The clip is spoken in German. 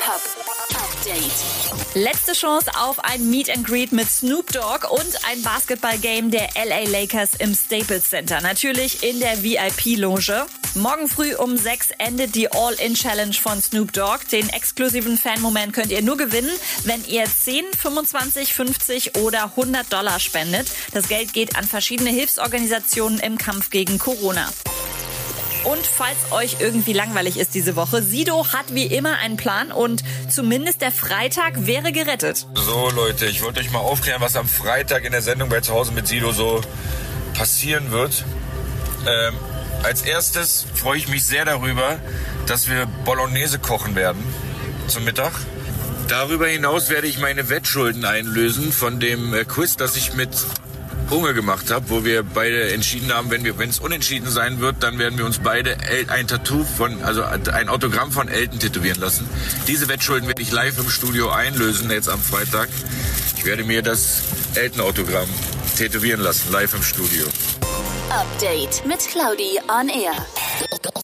Hip-Hop Update. Letzte Chance auf ein Meet and Greet mit Snoop Dogg und ein Basketball-Game der LA Lakers im Staples Center. Natürlich in der VIP-Loge. Morgen früh um 6 endet die All-In-Challenge von Snoop Dogg. Den exklusiven Fan-Moment könnt ihr nur gewinnen, wenn ihr 10, 25, 50 oder $100 spendet. Das Geld geht an verschiedene Hilfsorganisationen im Kampf gegen Corona. Und falls euch irgendwie langweilig ist diese Woche, Sido hat wie immer einen Plan und zumindest der Freitag wäre gerettet. So Leute, ich wollte euch mal aufklären, was am Freitag in der Sendung bei Zuhause mit Sido so passieren wird. Als erstes freue ich mich sehr darüber, dass wir Bolognese kochen werden zum Mittag. Darüber hinaus werde ich meine Wettschulden einlösen von dem Quiz, das ich mit Unge gemacht habe, wo wir beide entschieden haben, wenn es unentschieden sein wird, dann werden wir uns beide ein Tattoo ein Autogramm von Elton tätowieren lassen. Diese Wettschulden werde ich live im Studio einlösen, jetzt am Freitag. Ich werde mir das Elton-Autogramm tätowieren lassen, live im Studio. Update mit Claudi on Air.